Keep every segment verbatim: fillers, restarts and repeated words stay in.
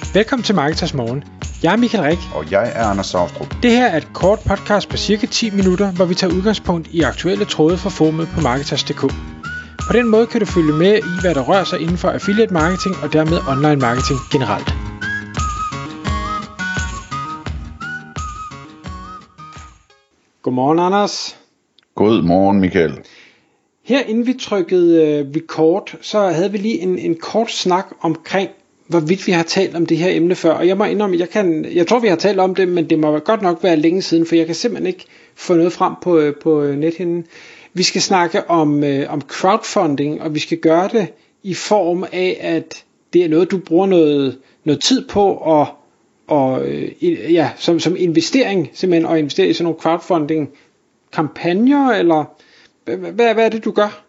Velkommen til Marketers Morgen. Jeg er Michael Rik. Og jeg er Anders Saustrup. Det her er et kort podcast på cirka ti minutter, hvor vi tager udgangspunkt i aktuelle tråde fra forumet på Marketers punktum d k. På den måde kan du følge med i, hvad der rører sig inden for affiliate marketing og dermed online marketing generelt. Godmorgen, Anders. Godmorgen, Michael. Her inden vi trykkede uh, record, så havde vi lige en, en kort snak omkring, hvorvidt vi har talt om det her emne før. Og jeg må indrømme, jeg, kan, jeg tror vi har talt om det, men det må godt nok være længe siden, for jeg kan simpelthen ikke få noget frem på, på nethinden. Vi skal snakke om, øh, om crowdfunding, og vi skal gøre det i form af, at det er noget, du bruger noget, noget tid på, og, og øh, ja, som, som investering, simpelthen, og investere i sådan nogle crowdfunding-kampagner, eller hvad, hvad er det, du gør?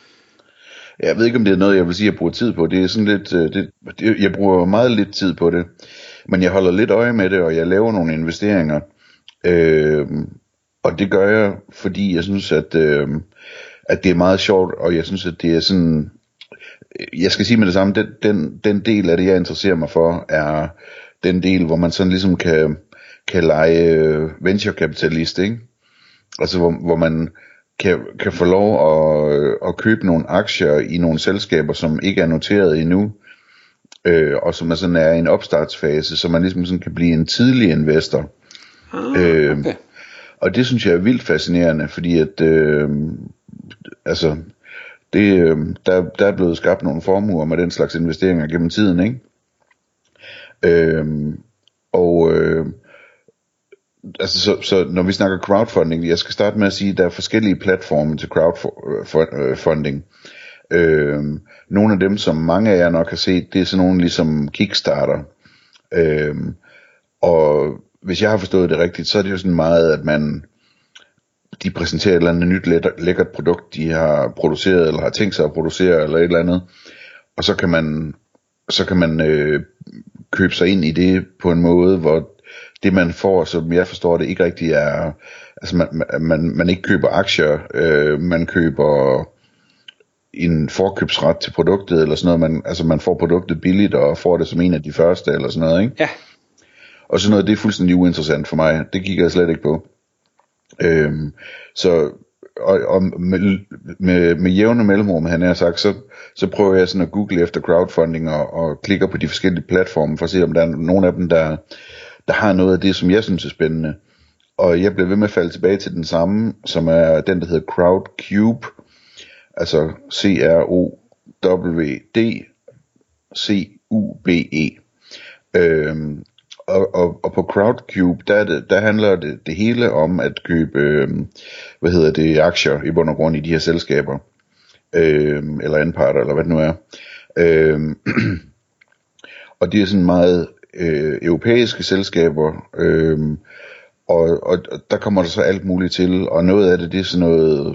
Jeg ved ikke, om det er noget, jeg vil sige, jeg bruger tid på. Det er sådan lidt, det, jeg bruger meget lidt tid på det, men jeg holder lidt øje med det, og jeg laver nogle investeringer. Øh, og det gør jeg, fordi jeg synes, at, øh, at det er meget sjovt, og jeg synes, at det er sådan, jeg skal sige med det samme, den, den, den del af det, jeg interesserer mig for, er den del, hvor man sådan ligesom kan, kan lege venturekapitalist, ikke? Altså, hvor, hvor man kan, kan få lov at, at købe nogle aktier i nogle selskaber, som ikke er noteret endnu, øh, og som er sådan er i en opstartsfase, så man ligesom sådan kan blive en tidlig investor. Ah, okay. øh, og det synes jeg er vildt fascinerende, fordi at øh, altså det, øh, der, der er blevet skabt nogle formuer med den slags investeringer gennem tiden, ikke? Øh, og øh, Altså, så, så når vi snakker crowdfunding, jeg skal starte med at sige, at der er forskellige platforme til crowdfunding. Øh, nogle af dem, som mange af jer nok har set, det er sådan nogle ligesom Kickstarter. Øh, og hvis jeg har forstået det rigtigt, så er det jo sådan meget, at man de præsenterer et eller andet nyt lækkert produkt, de har produceret, eller har tænkt sig at producere, eller et eller andet. Og så kan man, så kan man øh, købe sig ind i det på en måde, hvor det man får, som jeg forstår det, ikke rigtig er, altså man, man, man ikke køber aktier, øh, man køber en forkøbsret til produktet, eller sådan noget, man, altså man får produktet billigt, og får det som en af de første, eller sådan noget, ikke? Ja. Og sådan noget, det er fuldstændig uinteressant for mig, det kigger jeg slet ikke på. Øhm, så, og, og med, med, med jævne mellemrum, han har sagt, så, så prøver jeg sådan at google efter crowdfunding, og, og klikker på de forskellige platforme, for at se, om der er nogle af dem, der der har noget af det, som jeg synes er spændende. Og jeg blev ved med at falde tilbage til den samme, som er den, der hedder Crowdcube. Altså C R O W D C U B E. Øhm, og, og, og på Crowdcube, der, det, der handler det, det hele om at købe, øhm, hvad hedder det, aktier i bund og grund i de her selskaber. Øhm, eller anparter, eller hvad det nu er. Øhm, og det er sådan meget Øh, europæiske selskaber, øh, og, og der kommer der så alt muligt til, og noget af det, det er sådan noget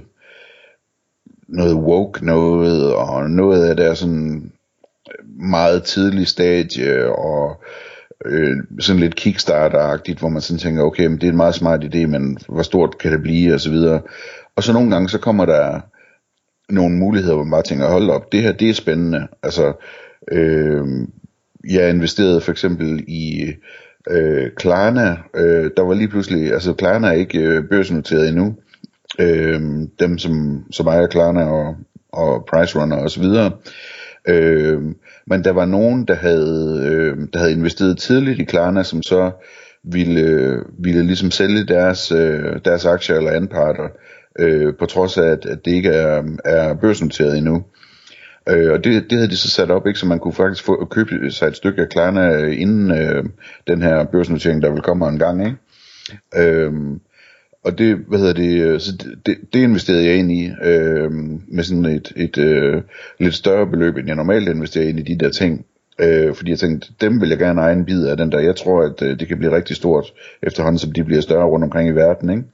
noget woke noget, og noget af det er sådan meget tidlig stadie, og øh, sådan lidt Kickstarter-agtigt, hvor man sådan tænker, okay, men det er en meget smart idé, men hvor stort kan det blive, og så videre. Og så nogle gange, så kommer der nogle muligheder, hvor man bare tænker, hold op, det her, det er spændende, altså øh, jeg investerede for eksempel i øh, Klarna. Øh, der var lige pludselig, altså Klarna er ikke øh, børsnoteret endnu. Øh, dem som, som ejer Klarna og, og PriceRunner og så videre. Øh, men der var nogen, der havde, øh, der havde investeret tidligt i Klarna, som så ville, øh, ville ligesom sælge deres, øh, deres aktier eller anparter, øh, på trods af, at, at det ikke er, er børsnoteret endnu. Øh, og det, det havde de så sat op, ikke, så man kunne faktisk få købe sig et stykke af Klarna inden øh, den her børsnotering, der vil komme en gang, ikke? Øh, og det, hvad hedder det, så det, det investerede jeg ind i øh, med sådan et, et øh, lidt større beløb, end jeg normalt investerer ind i de der ting. Øh, fordi jeg tænkte, dem vil jeg gerne eje en bid af den der. Jeg tror, at øh, det kan blive rigtig stort efterhånden, som de bliver større rundt omkring i verden, ikke?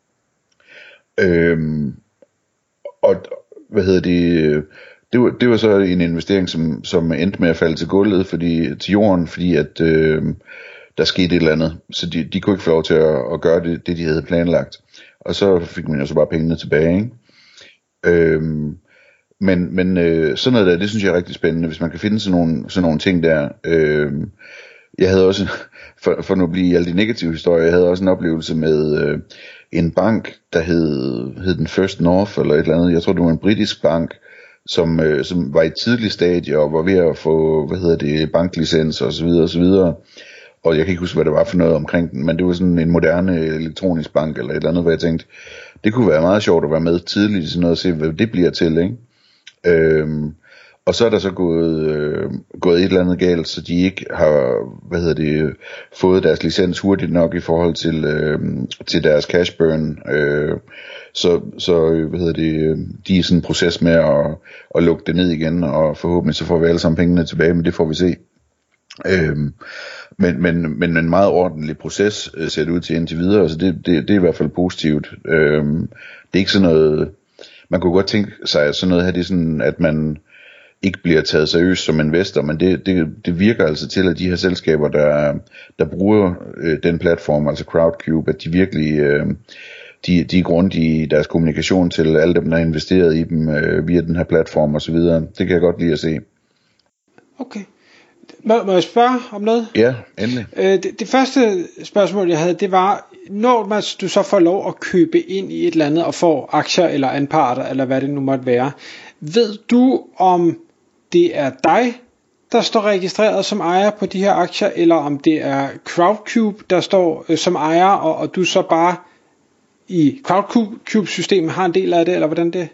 Øh, og hvad hedder det... Det var, det var så en investering, som, som endte med at falde til gulvet, fordi, til jorden, fordi at øh, der skete et eller andet. Så de, de kunne ikke få lov til at, at gøre det, det, de havde planlagt. Og så fik man jo så bare pengene tilbage, ikke? Øh, men men øh, sådan noget der, det synes jeg er rigtig spændende, hvis man kan finde sådan nogle, sådan nogle ting der. Øh, jeg havde også, for, for nu at blive i alle de negative historier, jeg havde også en oplevelse med øh, en bank, der hed, hed den First North, eller et eller andet, jeg tror det var en britisk bank, som, øh, som var i et tidligt stadie, og var ved at få, hvad hedder det, banklicens, og så videre, og så videre, og jeg kan ikke huske, hvad det var for noget omkring den, men det var sådan en moderne elektronisk bank, eller et eller andet, hvor jeg tænkte, det kunne være meget sjovt at være med tidligt i sådan noget, og se, hvad det bliver til, ikke? Øhm, og så er der så gået, øh, gået et eller andet galt, så de ikke har, hvad hedder det, fået deres licens hurtigt nok i forhold til, øh, til deres cash burn. Øh, så, så hvad hedder det, de er i sådan en proces med at, at lukke det ned igen, og forhåbentlig så får vi alle sammen pengene tilbage, men det får vi se. Øh, men, men, men en meget ordentlig proces øh, ser det ud til indtil videre, så det, det, det er i hvert fald positivt. Øh, det er ikke sådan noget, man kunne godt tænke sig, at sådan noget her, det er sådan, at man ikke bliver taget seriøst som investor, men det, det, det virker altså til, at de her selskaber, der, der bruger øh, den platform, altså Crowdcube, at de virkelig øh, de, de er grundige i deres kommunikation til alle dem, der er investeret i dem øh, via den her platform og så videre. Det kan jeg godt lide at se. Okay. Må, må jeg spørge om noget? Ja, endelig. Øh, det, det første spørgsmål, jeg havde, det var, når man, du så får lov at købe ind i et eller andet og får aktier eller anparter, eller hvad det nu måtte være, ved du, om det er dig, der står registreret som ejer på de her aktier, eller om det er Crowdcube, der står øh, som ejer, og, og du så bare i Crowdcube-systemet har en del af det, eller hvordan det?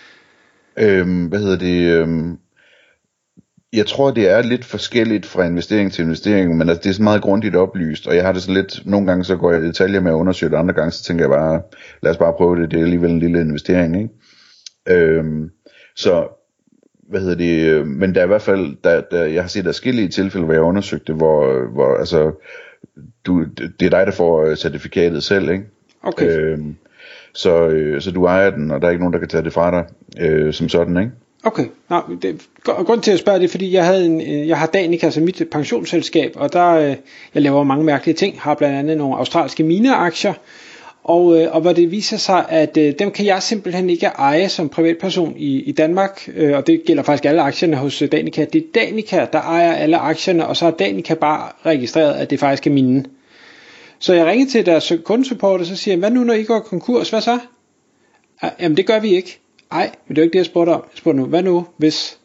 Øhm, hvad hedder det? Øhm, jeg tror, det er lidt forskelligt fra investering til investering, men altså, det er sådan meget grundigt oplyst, og jeg har det sådan lidt, nogle gange så går jeg i detaljer med at undersøge det, andre gange så tænker jeg bare, lad os bare prøve det, det er alligevel en lille investering, ikke? Øhm, så hvad hedder det, men der er i hvert fald, der, der, jeg har set adskillige tilfælde, hvor jeg undersøgte det, hvor, hvor altså, du, det er dig, der får certifikatet selv, ikke? Okay. Øhm, så, øh, så du ejer den, og der er ikke nogen, der kan tage det fra dig, øh, som sådan, ikke? Okay, nå, det, grund til at spørge det, fordi jeg havde en, jeg har Danica som mit pensionsselskab, og der, jeg laver mange mærkelige ting, har blandt andet nogle australske mineaktier, og, og hvor det viser sig, at øh, dem kan jeg simpelthen ikke eje som privatperson i, i Danmark, øh, og det gælder faktisk alle aktierne hos Danica. Det er Danica, der ejer alle aktierne, og så har Danica bare registreret, at det faktisk er mine. Så jeg ringede til deres kundesupport, og så siger jeg, hvad nu når I går konkurs, hvad så? Jamen det gør vi ikke. Nej, men det er jo ikke det, jeg spurgte om. Jeg spurgte nu, hvad nu hvis?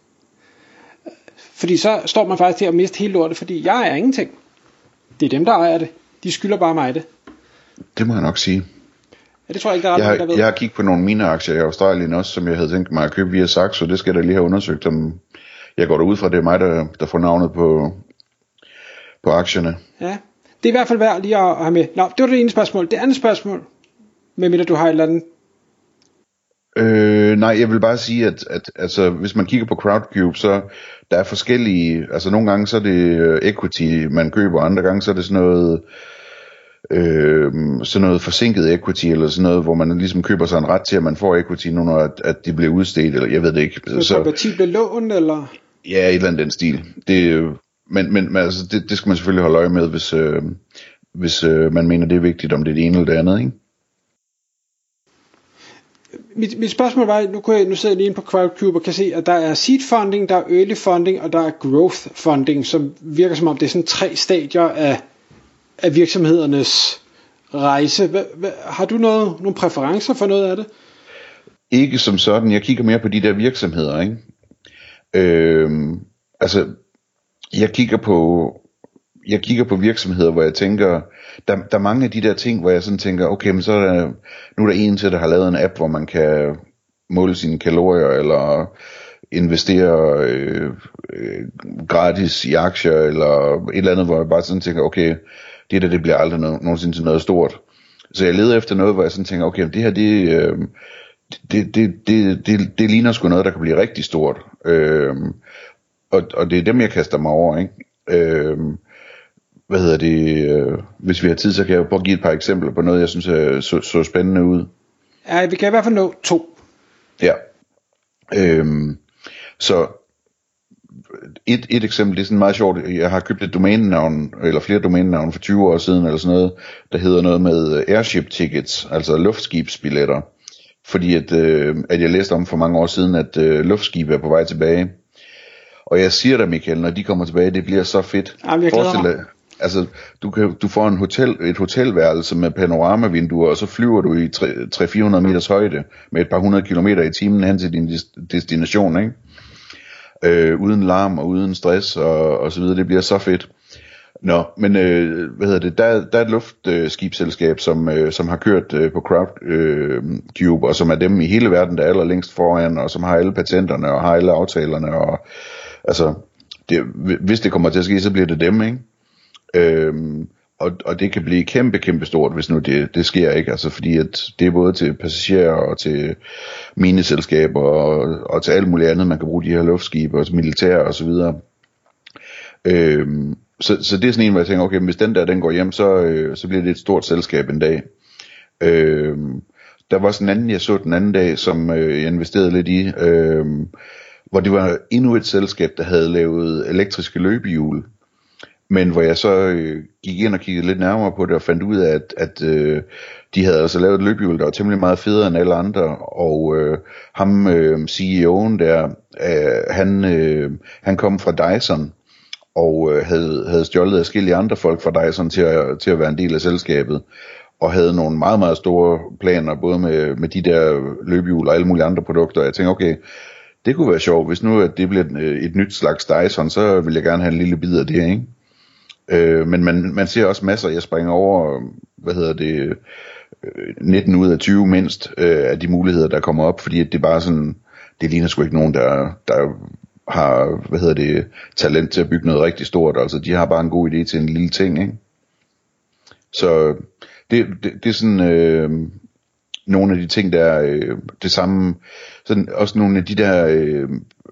Fordi så står man faktisk til at miste hele lortet, fordi jeg ejer ingenting. Det er dem, der ejer det. De skylder bare mig det. Det må jeg nok sige. Ja, det tror jeg ikke, der er ret jeg har, nogen, der ved. Jeg har kigget på nogle mineaktier i Australien også, som jeg havde tænkt mig at købe via Saxo. Det skal jeg da lige have undersøgt, om jeg går derud fra, det er mig, der, der får navnet på, på aktierne. Ja, det er i hvert fald værd lige at have med. Nå, det var det ene spørgsmål. Det andet spørgsmål, medmindre du har et eller andet. Øh, nej, jeg vil bare sige, at, at altså, hvis man kigger på Crowdcube, så der er forskellige, altså nogle gange så er det equity, man køber, andre gange så er det sådan noget, øh, sådan noget forsinket equity, eller sådan noget, hvor man ligesom køber sig en ret til, at man får equity nu, når at, at de bliver udstedt, eller jeg ved det ikke. Så, så kompatible lån, eller? Ja, et eller andet den stil. Det, men men, men altså, det, det skal man selvfølgelig holde øje med, hvis, øh, hvis øh, man mener, det er vigtigt, om det er det ene eller det andet, ikke? Mit, mit spørgsmål var, nu, kunne jeg, nu sidder jeg lige inde på Crowdcube og kan se, at der er seed funding, der er early funding, og der er growth funding, som virker som om det er sådan tre stadier af, af virksomhedernes rejse. Hva, hva, har du noget, nogle præferencer for noget af det? Ikke som sådan. Jeg kigger mere på de der virksomheder, ikke? Øhm, altså, jeg kigger på... Jeg kigger på virksomheder, hvor jeg tænker, der, der er mange af de der ting, hvor jeg sådan tænker, okay, men så er der, nu er der en til, der har lavet en app, hvor man kan måle sine kalorier, eller investere øh, øh, gratis i aktier, eller et eller andet, hvor jeg bare sådan tænker, okay, det der, det bliver aldrig no- nogensinde til noget stort. Så jeg leder efter noget, hvor jeg sådan tænker, okay, det her, det, øh, det, det, det, det, det ligner sgu noget, der kan blive rigtig stort. Øh, og, og det er dem, jeg kaster mig over, ikke? Øh, Hvad hedder det, øh, hvis vi har tid, så kan jeg prøve at give et par eksempler på noget, jeg synes er så, så spændende ud. Ja, vi kan i hvert fald nå to. Ja. Øhm, så et, et eksempel, det er sådan meget sjovt. Jeg har købt et domænenavn, eller flere domænenavn for tyve år siden, eller sådan noget, der hedder noget med airship tickets, altså luftskibsbilletter. Fordi at, øh, at jeg læste om for mange år siden, at øh, luftskib er på vej tilbage. Og jeg siger dig, Michael, når de kommer tilbage, det bliver så fedt. Jamen, jeg glæder mig. Altså, du, kan, du får en hotel, et hotelværelse med panoramavinduer, og så flyver du i tre til fire hundrede meters højde med et par hundrede kilometer i timen hen til din destination, ikke? Øh, uden larm og uden stress og, og så videre. Det bliver så fedt. Nå, men øh, hvad hedder det? Der, der er et luftskibsselskab, som, øh, som har kørt øh, på CrowdCube, øh, og som er dem i hele verden, der er allerlængst foran, og som har alle patenterne og har alle aftalerne. Og, altså, det, hvis det kommer til at ske, så bliver det dem, ikke? Øhm, og, og det kan blive kæmpe, kæmpe stort, hvis nu det, det sker, ikke? Altså, fordi at det er både til passagerer og til mineselskaber og, og til alt muligt andet, man kan bruge de her luftskibe og til militær og så videre. Øhm, så, så det er sådan en, hvor jeg tænker, okay, hvis den der, den går hjem, så, øh, så bliver det et stort selskab en dag. Øhm, der var sådan en anden, jeg så den anden dag, som øh, jeg investerede lidt i, øh, hvor det var endnu et selskab, der havde lavet elektriske løbehjul. Men hvor jeg så øh, gik ind og kiggede lidt nærmere på det og fandt ud af, at, at øh, de havde altså lavet et løbehjul, der var temmelig meget federe end alle andre. Og øh, ham, øh, C E O'en der, øh, han, øh, han kom fra Dyson og øh, havde, havde stjålet adskillige andre folk fra Dyson til at, til at være en del af selskabet. Og havde nogle meget, meget store planer, både med, med de der løbehjul og alle mulige andre produkter. Jeg tænkte, okay, det kunne være sjovt. Hvis nu at det bliver et, et nyt slags Dyson, så vil jeg gerne have en lille bid af det, ikke? Øh, men man, man ser også masser, jeg springer over, hvad hedder det, nitten ud af tyve mindst øh, af de muligheder, der kommer op, fordi det er bare sådan, det ligner sgu ikke nogen, der, der har, hvad hedder det, talent til at bygge noget rigtig stort, altså de har bare en god idé til en lille ting, ikke? Så det, det, det er sådan øh, nogle af de ting, der er øh, det samme, sådan også nogle af de der øh,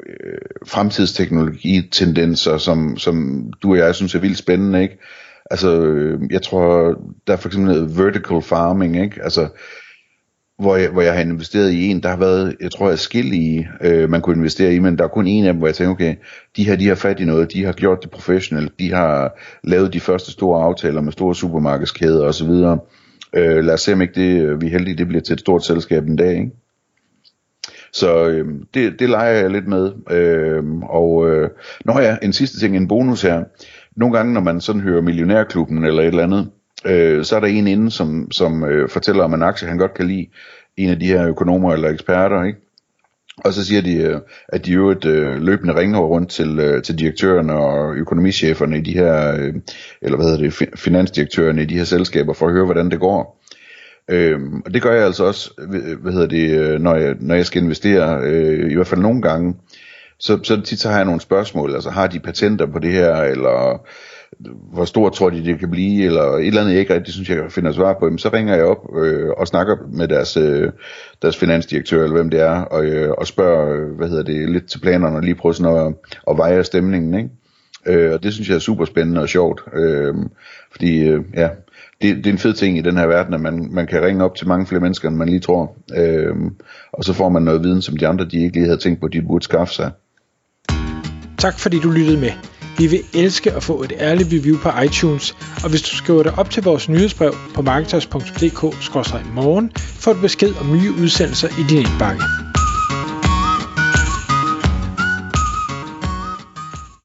fremtidsteknologitendenser, som, som du og jeg synes er vildt spændende, ikke? Altså, øh, jeg tror, der er for eksempel vertical farming, ikke? Altså, hvor jeg, hvor jeg har investeret i en, der har været, jeg tror, adskillige, øh, man kunne investere i, men der er kun en af dem, hvor jeg tænker, okay, de her, de har fat i noget, de har gjort det professionelt, de har lavet de første store aftaler med store supermarkedskæder og så videre. Øh, lad os se, om ikke det, vi er heldige, det bliver til et stort selskab en dag, ikke? Så øh, det, det leger jeg lidt med. Øh, og øh, nå ja, en sidste ting, en bonus her. Nogle gange, når man sådan hører Millionærklubben eller et eller andet, øh, så er der en inde, som, som øh, fortæller om en aktie, han godt kan lide. En af de her økonomer eller eksperter, ikke? Og så siger de, øh, at de jo et øh, løbende ringer rundt til, øh, til direktørerne og økonomicheferne i de her, øh, eller hvad hedder det, finansdirektørerne i de her selskaber, for at høre, hvordan det går. Øhm, og det gør jeg altså også, hvad hedder det, når jeg, når jeg skal investere, øh, i hvert fald nogle gange, så, så tit så har jeg nogle spørgsmål, altså har de patenter på det her, eller hvor stort tror de det kan blive, eller et eller andet jeg ikke rigtig synes jeg finder svar på, så ringer jeg op øh, og snakker med deres, øh, deres finansdirektør, eller hvem det er, og, øh, og spørger, hvad hedder det, lidt til planerne, og lige prøve sådan at, at veje stemningen, ikke? Øh, og det synes jeg er super spændende og sjovt, øh, fordi øh, ja, det, det er en fed ting i den her verden, at man, man kan ringe op til mange flere mennesker, end man lige tror, øh, og så får man noget viden, som de andre de ikke lige havde tænkt på, de burde skaffe sig. Tak fordi du lyttede med. Vi vil elske at få et ærligt review på iTunes, og hvis du skriver dig op til vores nyhedsbrev på marketers punktum d k skråstreg morgen, får du besked om nye udsendelser i din indbakke.